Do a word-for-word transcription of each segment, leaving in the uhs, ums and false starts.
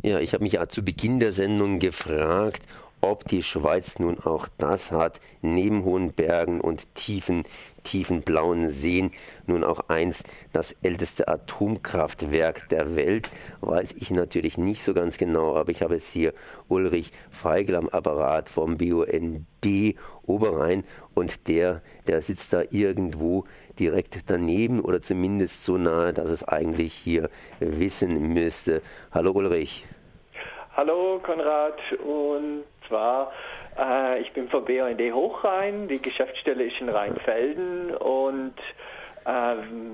Ja, ich habe mich ja zu Beginn der Sendung gefragt, ob die Schweiz nun auch das hat, neben hohen Bergen und tiefen, tiefen blauen Seen, nun auch eins, das älteste Atomkraftwerk der Welt, weiß ich natürlich nicht so ganz genau, aber ich habe jetzt hier Ulrich Feigl am Apparat vom B U N D Oberrhein und der, der sitzt da irgendwo direkt daneben oder zumindest so nahe, dass es eigentlich hier wissen müsste. Hallo Ulrich. Hallo Konrad, und zwar, äh, ich bin vom B U N D Hochrhein, die Geschäftsstelle ist in Rheinfelden und äh,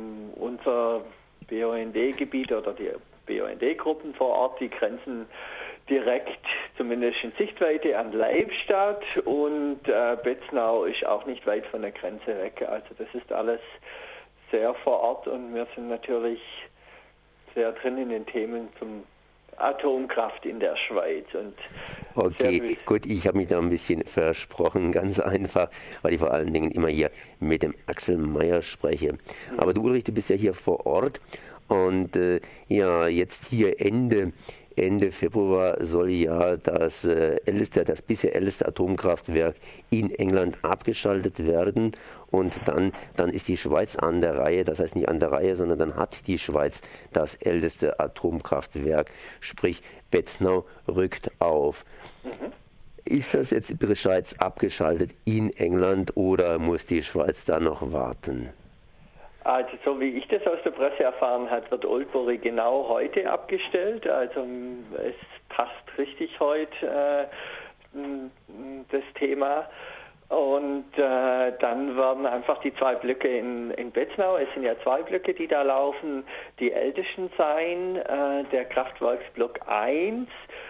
unser B U N D-Gebiet oder die B U N D-Gruppen vor Ort, die grenzen direkt, zumindest in Sichtweite, an Leibstadt, und äh, Betznau ist auch nicht weit von der Grenze weg. Also das ist alles sehr vor Ort und wir sind natürlich sehr drin in den Themen zum Atomkraft in der Schweiz. Und okay, gut, ich habe mich da ein bisschen versprochen, ganz einfach, weil ich vor allen Dingen immer hier mit dem Axel Meyer spreche. Mhm. Aber du Ulrich, du bist ja hier vor Ort und äh, ja, jetzt hier Ende Ende Februar soll ja das äh, älteste, das bisher älteste Atomkraftwerk in England abgeschaltet werden und dann, dann ist die Schweiz an der Reihe, das heißt nicht an der Reihe, sondern dann hat die Schweiz das älteste Atomkraftwerk, sprich Betznau rückt auf. Mhm. Ist das jetzt bereits abgeschaltet in England oder muss die Schweiz da noch warten? Also so wie ich das aus der Presse erfahren habe, wird Oldbury genau heute abgestellt. Also es passt richtig heute äh, das Thema. Und äh, dann werden einfach die zwei Blöcke in, in Betznau, es sind ja zwei Blöcke, die da laufen, die ältesten sein. Äh, der Kraftwerksblock eins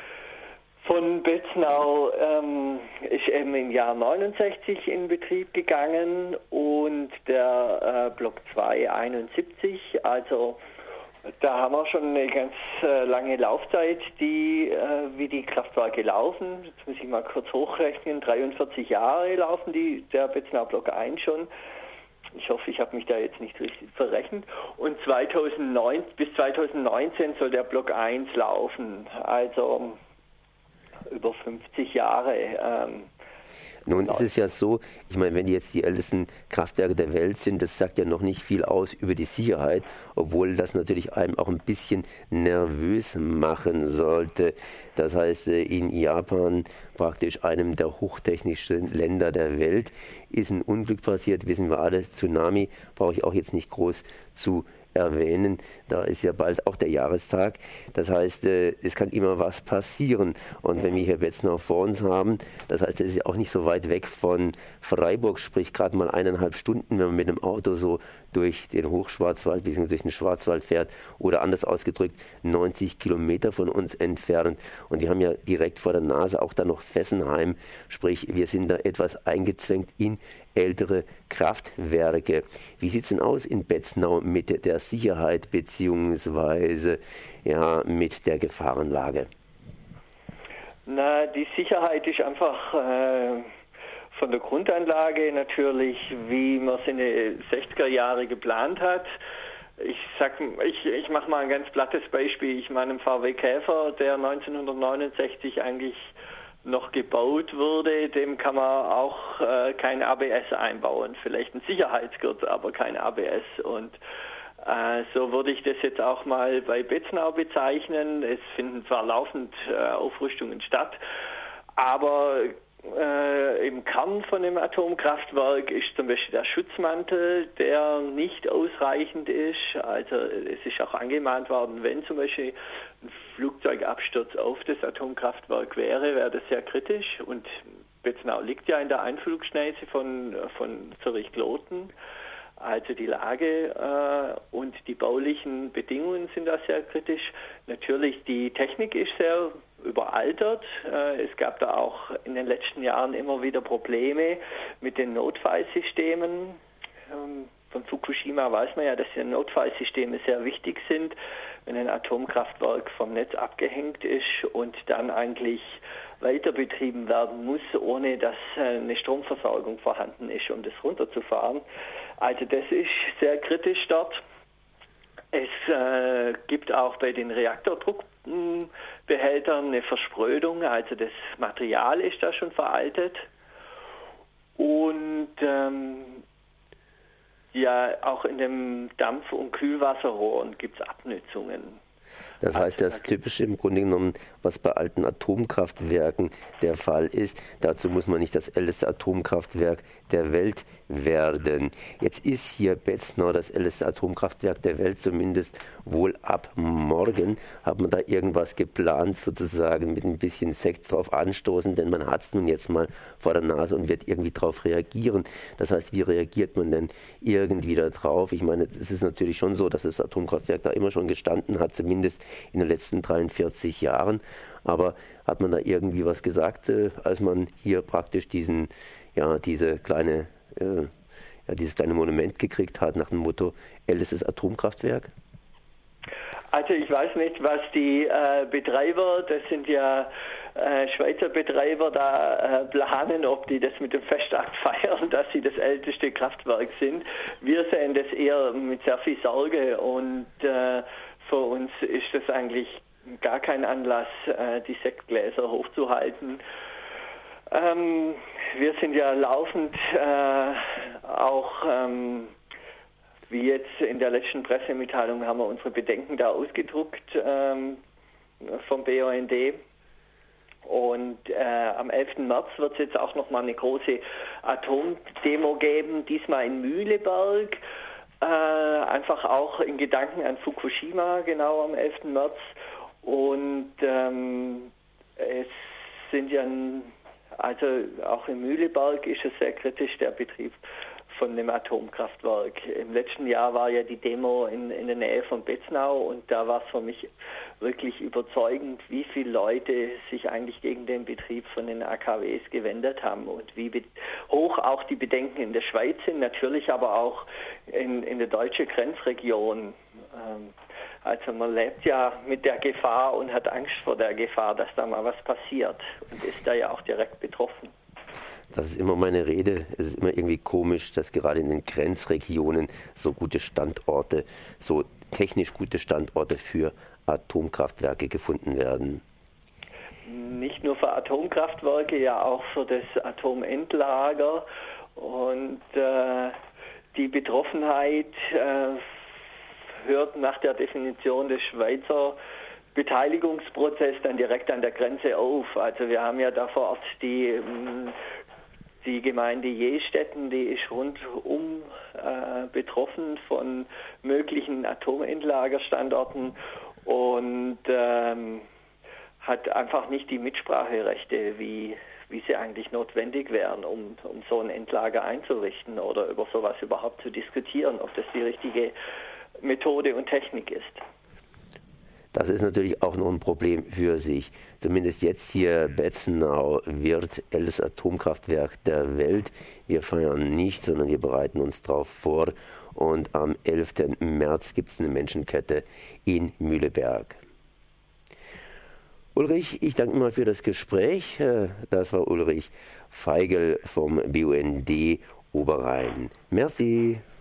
von Betznau ähm, ist eben im Jahr neunundsechzig in Betrieb gegangen und der äh, Block zwei einundsiebzig, also da haben wir schon eine ganz äh, lange Laufzeit, die, äh, wie die Kraftwerke laufen. Jetzt muss ich mal kurz hochrechnen, dreiundvierzig Jahre laufen die, der Betznau Block eins schon. Ich hoffe, ich habe mich da jetzt nicht richtig verrechnet. Und zweitausendneun, bis zweitausendneunzehn soll der Block eins laufen, also über fünfzig Jahre. Ähm, Nun ist es ja so, ich meine, wenn die jetzt die ältesten Kraftwerke der Welt sind, das sagt ja noch nicht viel aus über die Sicherheit, obwohl das natürlich einem auch ein bisschen nervös machen sollte. Das heißt, in Japan, praktisch einem der hochtechnischsten Länder der Welt, ist ein Unglück passiert, wissen wir alle, Tsunami, brauche ich auch jetzt nicht groß zu erwähnen, da ist ja bald auch der Jahrestag, das heißt, es kann immer was passieren und wenn wir hier Betznau vor uns haben, das heißt, es ist ja auch nicht so weit weg von Freiburg, sprich gerade mal eineinhalb Stunden, wenn man mit dem Auto so durch den Hochschwarzwald bzw. durch den Schwarzwald fährt oder anders ausgedrückt neunzig Kilometer von uns entfernt und wir haben ja direkt vor der Nase auch dann noch Fessenheim, sprich wir sind da etwas eingezwängt in ältere Kraftwerke. Wie sieht es denn aus in Betznau mit der Sicherheit beziehungsweise ja, mit der Gefahrenlage? Na, die Sicherheit ist einfach äh, von der Grundanlage natürlich, wie man es in den sechziger Jahren geplant hat. Ich sag, ich, ich mache mal ein ganz plattes Beispiel. Ich meine, ein V W Käfer, der neunzehnhundertneunundsechzig eigentlich noch gebaut wurde, dem kann man auch äh, kein A B S einbauen. Vielleicht ein Sicherheitsgurt, aber kein A B S. Und äh, so würde ich das jetzt auch mal bei Betznau bezeichnen. Es finden zwar laufend äh, Aufrüstungen statt, aber äh, im Kern von dem Atomkraftwerk ist zum Beispiel der Schutzmantel, der nicht ausreichend ist. Also es ist auch angemahnt worden, wenn zum Beispiel ein Flugzeugabsturz auf das Atomkraftwerk wäre, wäre das sehr kritisch. Und Betznau liegt ja in der Einflugschneise von, von Zürich-Kloten. Also die Lage äh, und die baulichen Bedingungen sind da sehr kritisch. Natürlich, die Technik ist sehr überaltert. Äh, es gab da auch in den letzten Jahren immer wieder Probleme mit den Notfallsystemen. Ähm, von Fukushima weiß man ja, dass die Notfallsysteme sehr wichtig sind, wenn ein Atomkraftwerk vom Netz abgehängt ist und dann eigentlich weiter betrieben werden muss, ohne dass eine Stromversorgung vorhanden ist, um das runterzufahren. Also das ist sehr kritisch dort. Es äh, gibt auch bei den Reaktordruckbehältern eine Versprödung, also das Material ist da schon veraltet. Und ähm, ja, auch in dem Dampf- und Kühlwasserrohren gibt es Abnützungen. Das heißt, das Typische im Grunde genommen, was bei alten Atomkraftwerken der Fall ist, dazu muss man nicht das älteste Atomkraftwerk der Welt werden. Jetzt ist hier Betznau das älteste Atomkraftwerk der Welt, zumindest wohl ab morgen. Hat man da irgendwas geplant, sozusagen mit ein bisschen Sekt drauf anstoßen, denn man hat es nun jetzt mal vor der Nase und wird irgendwie darauf reagieren. Das heißt, wie reagiert man denn irgendwie da drauf? Ich meine, es ist natürlich schon so, dass das Atomkraftwerk da immer schon gestanden hat, zumindest in den letzten dreiundvierzig Jahren. Aber hat man da irgendwie was gesagt, äh, als man hier praktisch diesen, ja, diese kleine, äh, ja, dieses kleine Monument gekriegt hat nach dem Motto ältestes Atomkraftwerk? Also ich weiß nicht, was die äh, Betreiber, das sind ja äh, Schweizer Betreiber, da äh, planen, ob die das mit dem Festakt feiern, dass sie das älteste Kraftwerk sind. Wir sehen das eher mit sehr viel Sorge und äh, für uns ist das eigentlich gar kein Anlass, äh, die Sektgläser hochzuhalten. Ähm, wir sind ja laufend äh, auch, ähm, wie jetzt in der letzten Pressemitteilung, haben wir unsere Bedenken da ausgedruckt ähm, vom B U N D. Und äh, am elften März wird es jetzt auch nochmal eine große Atomdemo geben, diesmal in Mühleberg. Äh, einfach auch in Gedanken an Fukushima, genau am elften März. Und ähm, es sind ja, also auch in Mühleberg ist es sehr kritisch, der Betrieb von dem Atomkraftwerk. Im letzten Jahr war ja die Demo in, in der Nähe von Betznau und da war es für mich wirklich überzeugend, wie viele Leute sich eigentlich gegen den Betrieb von den A K Ws gewendet haben und wie hoch auch die Bedenken in der Schweiz sind, natürlich aber auch in, in der deutschen Grenzregion. Also man lebt ja mit der Gefahr und hat Angst vor der Gefahr, dass da mal was passiert und ist da ja auch direkt betroffen. Das ist immer meine Rede. Es ist immer irgendwie komisch, dass gerade in den Grenzregionen so gute Standorte, so technisch gute Standorte für Atomkraftwerke gefunden werden. Nicht nur für Atomkraftwerke, ja auch für das Atomentlager. Und äh, die Betroffenheit äh, hört nach der Definition des Schweizer Beteiligungsprozess dann direkt an der Grenze auf. Also wir haben ja da vor Ort die Die Gemeinde Jestetten, die ist rundum äh, betroffen von möglichen Atomendlagerstandorten und ähm, hat einfach nicht die Mitspracherechte, wie, wie sie eigentlich notwendig wären, um, um so ein Endlager einzurichten oder über sowas überhaupt zu diskutieren, ob das die richtige Methode und Technik ist. Das ist natürlich auch noch ein Problem für sich. Zumindest jetzt hier Betznau wird ältestes Atomkraftwerk der Welt. Wir feiern nicht, sondern wir bereiten uns darauf vor. Und am elften März gibt es eine Menschenkette in Mühleberg. Ulrich, ich danke mal für das Gespräch. Das war Ulrich Feigl vom B U N D Oberrhein. Merci.